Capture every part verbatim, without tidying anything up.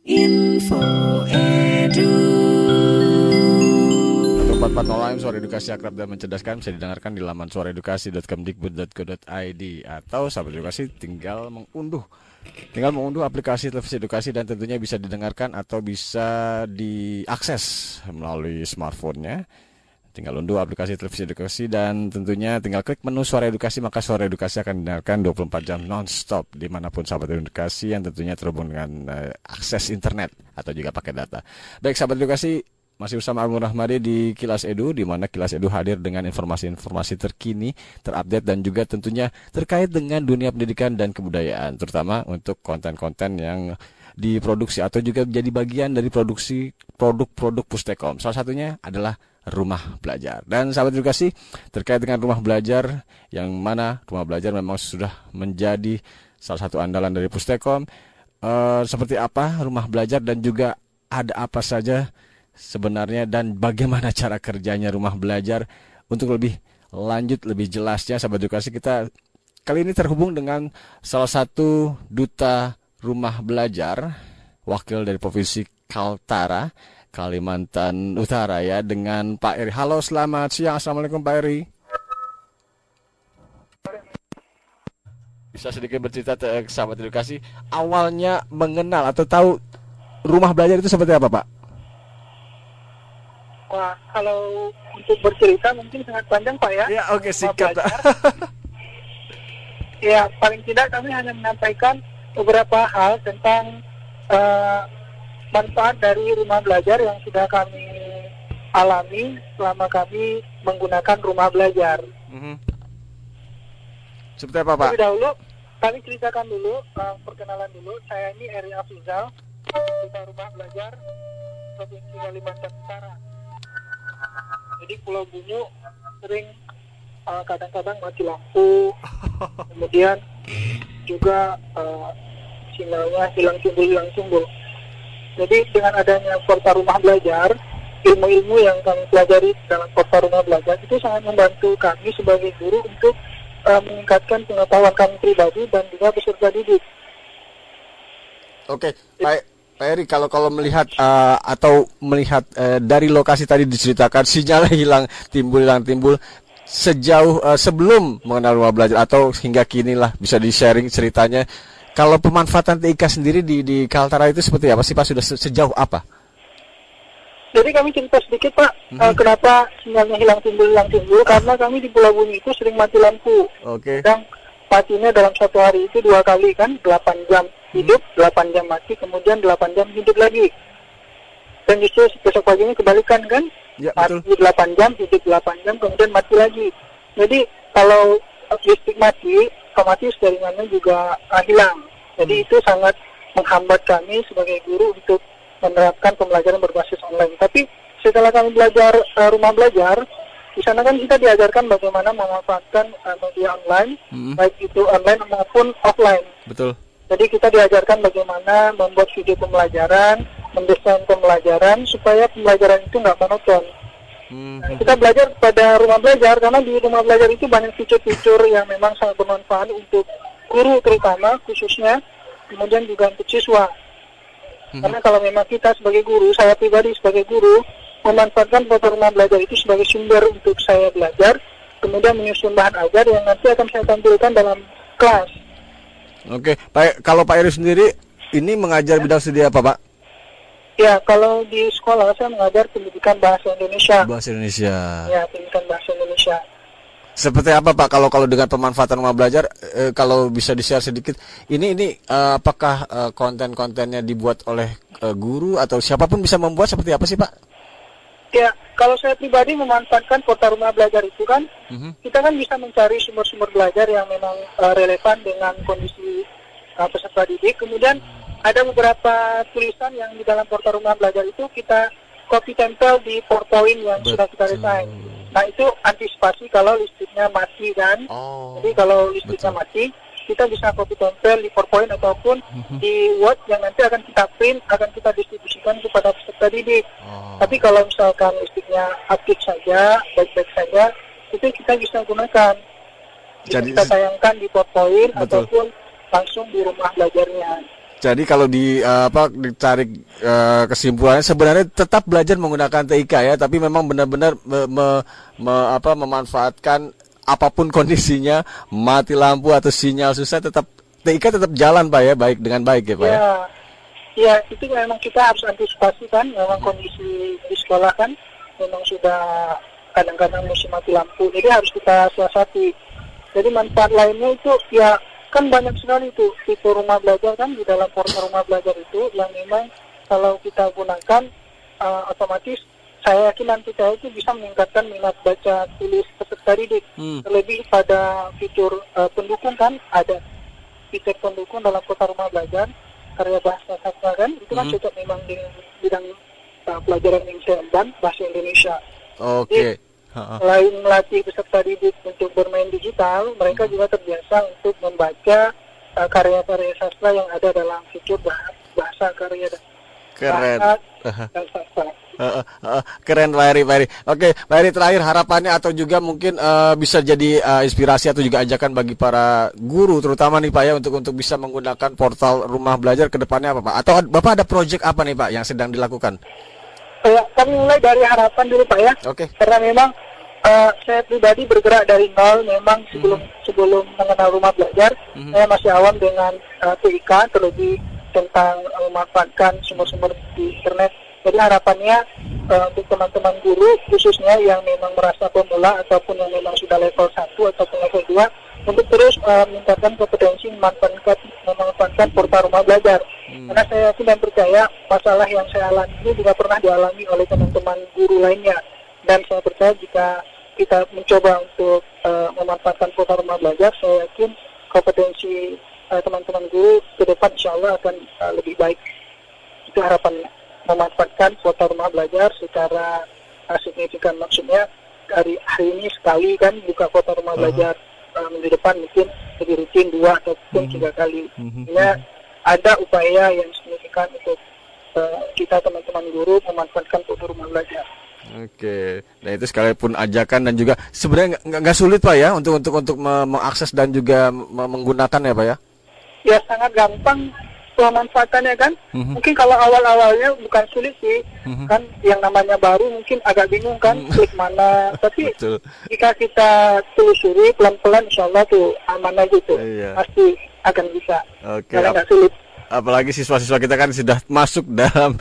Info Edu. empat empat nol A M, Suara Edukasi Akrab dan Mencerdaskan, bisa didengarkan di laman suaraedukasi dot kemdikbud dot go dot i d, atau sahabat edukasi tinggal mengunduh tinggal mengunduh aplikasi televisi edukasi, dan tentunya bisa didengarkan atau bisa diakses melalui smartphone-nya. Tinggal unduh aplikasi televisi edukasi dan tentunya tinggal klik menu Suara Edukasi, maka Suara Edukasi akan didengarkan dua puluh empat jam non-stop dimanapun sahabat edukasi yang tentunya terhubung dengan uh, akses internet atau juga pakai data. Baik sahabat edukasi, masih bersama Agung Rahmadi di Kilas Edu, di mana Kilas Edu hadir dengan informasi-informasi terkini, terupdate, dan juga tentunya terkait dengan dunia pendidikan dan kebudayaan, terutama untuk konten-konten yang diproduksi atau juga menjadi bagian dari produksi produk-produk Pustekom. Salah satunya adalah Rumah Belajar. Dan sahabat edukasi, terkait dengan Rumah Belajar, yang mana Rumah Belajar memang sudah menjadi salah satu andalan dari Pustekom. E, seperti apa Rumah Belajar dan juga ada apa saja sebenarnya dan bagaimana cara kerjanya Rumah Belajar. Untuk lebih lanjut, lebih jelasnya sahabat edukasi, kita kali ini terhubung dengan salah satu duta Rumah Belajar, wakil dari Provinsi Kaltara, Kalimantan Utara ya, dengan Pak Eri. Halo, selamat siang. Assalamualaikum Pak Eri. Bisa sedikit bercerita ke sahabat edukasi, awalnya mengenal atau tahu Rumah Belajar itu seperti apa Pak? Wah, kalau untuk bercerita mungkin sangat panjang Pak ya. Ya, oke, singkat Pak. Ya, paling tidak kami hanya menyampaikan beberapa hal tentang uh, manfaat dari Rumah Belajar yang sudah kami alami selama kami menggunakan Rumah Belajar. Mm-hmm. Seperti apa Pak? Lebih dahulu, kami ceritakan dulu, uh, perkenalan dulu. Saya ini Eri Afrizal, duta Rumah Belajar Provinsi Kalimantan Utara. Jadi Pulau Bunyu sering uh, kadang-kadang mati lampu, kemudian juga uh, sinyalnya hilang timbul hilang timbul. Jadi dengan adanya portal Rumah Belajar, ilmu-ilmu yang kami pelajari dalam portal Rumah Belajar itu sangat membantu kami sebagai guru untuk uh, meningkatkan pengetahuan kami pribadi dan juga peserta didik. Oke, baik. Pak Eri, kalau kalau melihat uh, atau melihat uh, dari lokasi tadi diceritakan sinyalnya hilang timbul hilang timbul, sejauh uh, sebelum mengenal Rumah Belajar atau hingga kini lah, bisa di-sharing ceritanya. Kalau pemanfaatan T I K sendiri di di Kaltara itu seperti apa sih Pak? Sudah se- sejauh apa? Jadi kami cerita sedikit Pak, mm-hmm. uh, kenapa sinyalnya hilang timbul hilang timbul? Ah. Karena kami di Pulau Bunyu itu sering mati lampu. Oke. Okay. Dan matinya dalam satu hari itu dua kali kan, delapan jam hidup, delapan jam mati, kemudian delapan jam hidup lagi. Dan justru besok paginya kebalikan kan, ya, mati delapan jam, hidup delapan jam, kemudian mati lagi. Jadi kalau listrik mati, otomatis jaringannya juga uh, hilang. Jadi hmm. itu sangat menghambat kami sebagai guru untuk menerapkan pembelajaran berbasis online. Tapi setelah kami belajar uh, Rumah Belajar, di sana kan kita diajarkan bagaimana memanfaatkan uh, media online, hmm. baik itu online maupun offline. Betul. Jadi kita diajarkan bagaimana membuat video pembelajaran, mendesain pembelajaran supaya pembelajaran itu nggak monoton. Hmm. Nah, kita belajar pada Rumah Belajar karena di Rumah Belajar itu banyak fitur-fitur yang memang sangat bermanfaat untuk guru terutama khususnya, kemudian juga untuk siswa. Hmm. Karena kalau memang kita sebagai guru, saya pribadi sebagai guru, memanfaatkan foto Rumah Belajar itu sebagai sumber untuk saya belajar, kemudian menyusun bahan ajar yang nanti akan saya tampilkan dalam kelas. Oke, Pak, kalau Pak Eri sendiri ini mengajar bidang studi apa, Pak? Ya, kalau di sekolah saya mengajar pendidikan bahasa Indonesia. Bahasa Indonesia. Ya, pendidikan bahasa Indonesia. Seperti apa Pak kalau kalau dengan pemanfaatan Rumah Belajar, eh, kalau bisa di-share sedikit, ini ini eh, apakah eh, konten-kontennya dibuat oleh eh, guru atau siapapun bisa membuat, seperti apa sih Pak? Ya, kalau saya pribadi memanfaatkan portal Rumah Belajar itu kan, mm-hmm. kita kan bisa mencari sumber-sumber belajar yang memang uh, relevan dengan kondisi uh, peserta didik. Kemudian ada beberapa tulisan yang di dalam portal Rumah Belajar itu kita copy tempel di PowerPoint yang Betul. Sudah kita desain. Nah itu antisipasi kalau listriknya mati kan. Oh, Jadi kalau listriknya betul. mati, kita bisa copy tempel di PowerPoint ataupun uh-huh. di Word yang nanti akan kita print, akan kita distribusikan kepada peserta didik. Oh. Tapi kalau misalkan listriknya aktif saja, baik-baik saja, itu kita bisa gunakan. Bisa Jadi, kita tayangkan di PowerPoint betul. Ataupun langsung di rumah belajarnya. Jadi kalau di uh, apa dicari uh, kesimpulannya sebenarnya tetap belajar menggunakan T I K ya, tapi memang benar-benar me, me, me, apa memanfaatkan apapun kondisinya, mati lampu atau sinyal susah, tetap T I K tetap jalan Pak ya, baik dengan baik ya Pak ya. Ya, ya itu memang kita harus antisipasi kan, memang kondisi di sekolah kan memang sudah kadang-kadang musim mati lampu, jadi harus kita siasati. Jadi manfaat lainnya itu ya kan banyak sekali itu fitur rumah belajar kan di dalam portal rumah belajar itu yang memang kalau kita gunakan uh, otomatis saya yakin nanti saya itu bisa meningkatkan minat baca tulis peserta didik. Hmm. Terlebih pada fitur uh, pendukung kan ada fitur pendukung dalam portal rumah belajar karya bahasa sastra kan itu kan hmm. cocok memang di bidang uh, pelajaran Indonesia dan bahasa Indonesia. Oke. Okay. Selain melatih peserta didik untuk bermain digital, mereka juga terbiasa untuk membaca uh, karya-karya sastra yang ada dalam fitur bahasa, bahasa karya dan keren. Bahasa dan sastra. Uh, uh, uh, keren Pak Heri, Pak Heri. Oke, Pak Heri, terakhir harapannya atau juga mungkin uh, bisa jadi uh, inspirasi atau juga ajakan bagi para guru terutama nih Pak ya untuk untuk bisa menggunakan portal rumah belajar ke depannya apa Pak? Atau Bapak ada project apa nih Pak yang sedang dilakukan? Ya, kami mulai dari harapan dulu Pak ya. Oke. Okay. Karena memang uh, saya pribadi bergerak dari nol. Memang sebelum hmm. sebelum mengenal rumah belajar, hmm. saya masih awam dengan uh, T I K, terlebih tentang uh, memanfaatkan sumber-sumber di internet. Jadi harapannya uh, untuk teman-teman guru khususnya yang memang merasa pemula ataupun yang memang sudah level satu ataupun level dua untuk terus uh, meningkatkan kompetensi memanfaatkan memanfaatkan portal rumah belajar. Hmm. Karena saya yakin dan percaya masalah yang saya alami ini juga pernah dialami oleh teman-teman guru lainnya. Dan saya percaya jika kita mencoba untuk uh, memanfaatkan portal rumah belajar, saya yakin kompetensi uh, teman-teman guru ke depan insya Allah akan uh, lebih baik. Itu harapannya, memanfaatkan portal rumah belajar secara uh, signifikan. Maksudnya dari hari ini sekali kan buka portal rumah uh-huh. belajar, uh, minggu depan mungkin lebih rutin dua ataupun uh-huh. tiga kali. Uh-huh. Ya, ada upaya yang signifikan untuk uh, kita teman-teman guru memanfaatkan portal rumah belajar. Oke, nah itu sekalipun ajakan dan juga sebenarnya nggak sulit Pak ya untuk untuk untuk mengakses dan juga menggunakan ya Pak ya? Ya sangat gampang pemanfaatannya kan. Mm-hmm. Mungkin kalau awal-awalnya bukan sulit sih, mm-hmm. kan yang namanya baru mungkin agak bingung kan mm-hmm. klik mana. Tapi betul. Jika kita telusuri pelan-pelan, insya Allah tuh aman aja tuh, iya. Pasti akan bisa. Oke. Karena nggak sulit. Apalagi siswa-siswa kita kan sudah masuk dalam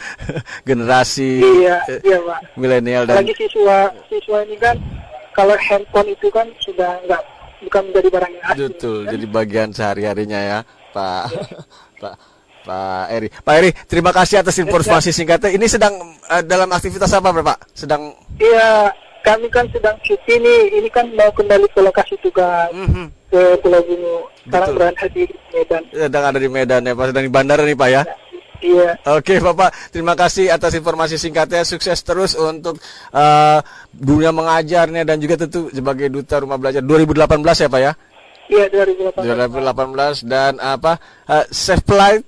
generasi iya, iya, Pak. milenial dan apalagi siswa siswa ini kan kalau handphone itu kan sudah nggak bukan menjadi barang yang asing. Betul, kan? Jadi bagian sehari-harinya ya, Pak. Ya. Pak Pak Eri. Pak Eri, terima kasih atas informasi singkatnya. Ini sedang uh, dalam aktivitas apa, Pak? Sedang Iya, kami kan sedang cuti nih. Ini kan mau kembali ke lokasi tugas. Mm-hmm. Ke Pulau Bunyu. Sekarang berada di Medan. Sedang ada di Medan ya Pak, sedang di bandara nih Pak ya. Iya. Oke Bapak, terima kasih atas informasi singkatnya. Sukses terus untuk uh, dunia mengajarnya dan juga tentu sebagai duta rumah belajar dua ribu delapan belas ya Pak ya. Iya dua ribu delapan belas. dua ribu delapan belas dan apa uh, safe flight.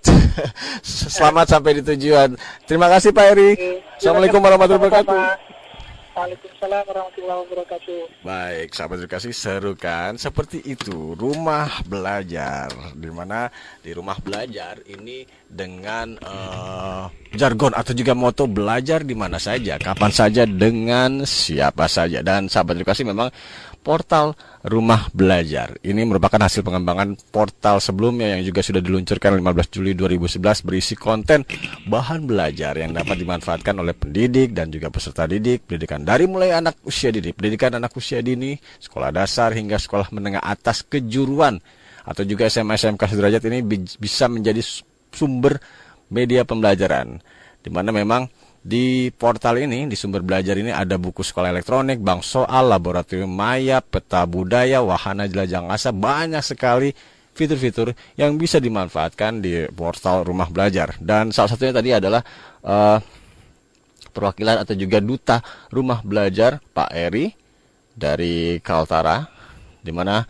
Selamat sampai di tujuan. Terima kasih Pak Eri. Oke. Assalamualaikum warahmatullahi wabarakatuh. Waalaikumsalam warahmatullahi wabarakatuh. Baik, sahabat edukasi, seru kan? Seperti itu, rumah belajar. Di mana di rumah belajar ini dengan uh, jargon atau juga moto belajar di mana saja, kapan saja, dengan siapa saja. Dan sahabat edukasi, memang portal rumah belajar ini merupakan hasil pengembangan portal sebelumnya yang juga sudah diluncurkan lima belas Juli dua ribu sebelas, berisi konten bahan belajar yang dapat dimanfaatkan oleh pendidik dan juga peserta didik pendidikan dari mulai anak usia dini, pendidikan anak usia dini, sekolah dasar hingga sekolah menengah atas kejuruan atau juga S M A S M K sederajat. Ini bisa menjadi sumber media pembelajaran di mana memang di portal ini, di sumber belajar ini ada buku sekolah elektronik, bank soal, laboratorium maya, peta budaya, wahana jelajah angkasa, banyak sekali fitur-fitur yang bisa dimanfaatkan di portal rumah belajar. Dan salah satunya tadi adalah uh, perwakilan atau juga duta rumah belajar Pak Eri dari Kaltara, di mana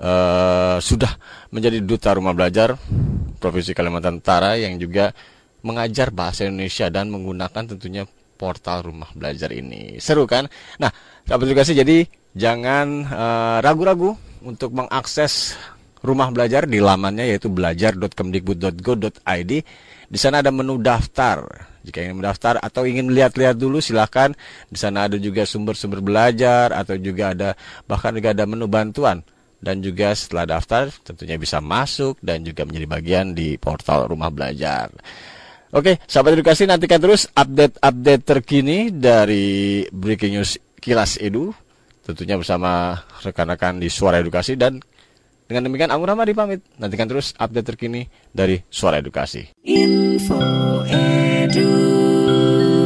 uh, sudah menjadi duta rumah belajar Provinsi Kalimantan Utara yang juga mengajar bahasa Indonesia dan menggunakan tentunya portal rumah belajar ini. Seru kan? Nah, sahabat edukasi, jadi jangan uh, ragu-ragu untuk mengakses rumah belajar di lamannya yaitu belajar dot kemdikbud dot go dot i d. Di sana ada menu daftar. Jika ingin mendaftar atau ingin lihat-lihat dulu silakan. Di sana ada juga sumber-sumber belajar atau juga ada bahkan juga ada menu bantuan. Dan juga setelah daftar tentunya bisa masuk dan juga menjadi bagian di portal rumah belajar. Oke, sahabat edukasi, nantikan terus update-update terkini dari Breaking News Kilas Edu. Tentunya bersama rekan-rekan di Suara Edukasi. Dan dengan demikian Anggun Ramadi pamit. Nantikan terus update terkini dari Suara Edukasi. Info Edu.